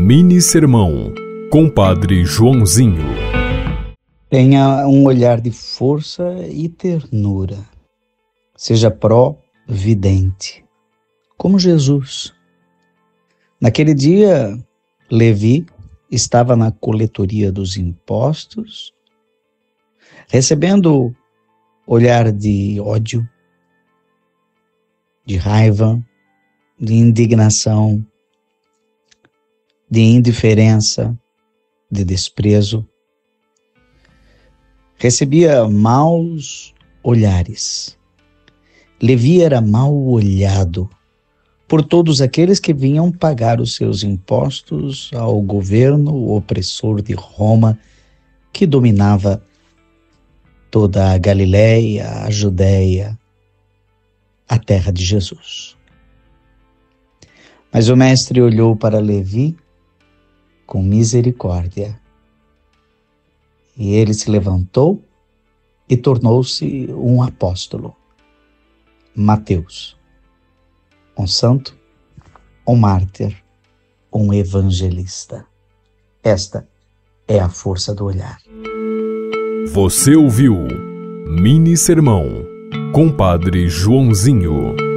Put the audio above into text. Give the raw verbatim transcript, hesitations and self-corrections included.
Mini Sermão, Compadre Joãozinho. Tenha um olhar de força e ternura. Seja providente, como Jesus. Naquele dia, Levi estava na coletoria dos impostos, recebendo olhar de ódio, de raiva, de indignação, de indiferença, de desprezo. Recebia maus olhares. Levi era mal olhado por todos aqueles que vinham pagar os seus impostos ao governo opressor de Roma, que dominava toda a Galileia, a Judéia, a terra de Jesus. Mas o mestre olhou para Levi com misericórdia. E ele se levantou e tornou-se um apóstolo. Mateus, um santo, um mártir, um evangelista. Esta é a força do olhar. Você ouviu Mini Sermão, Compadre Joãozinho.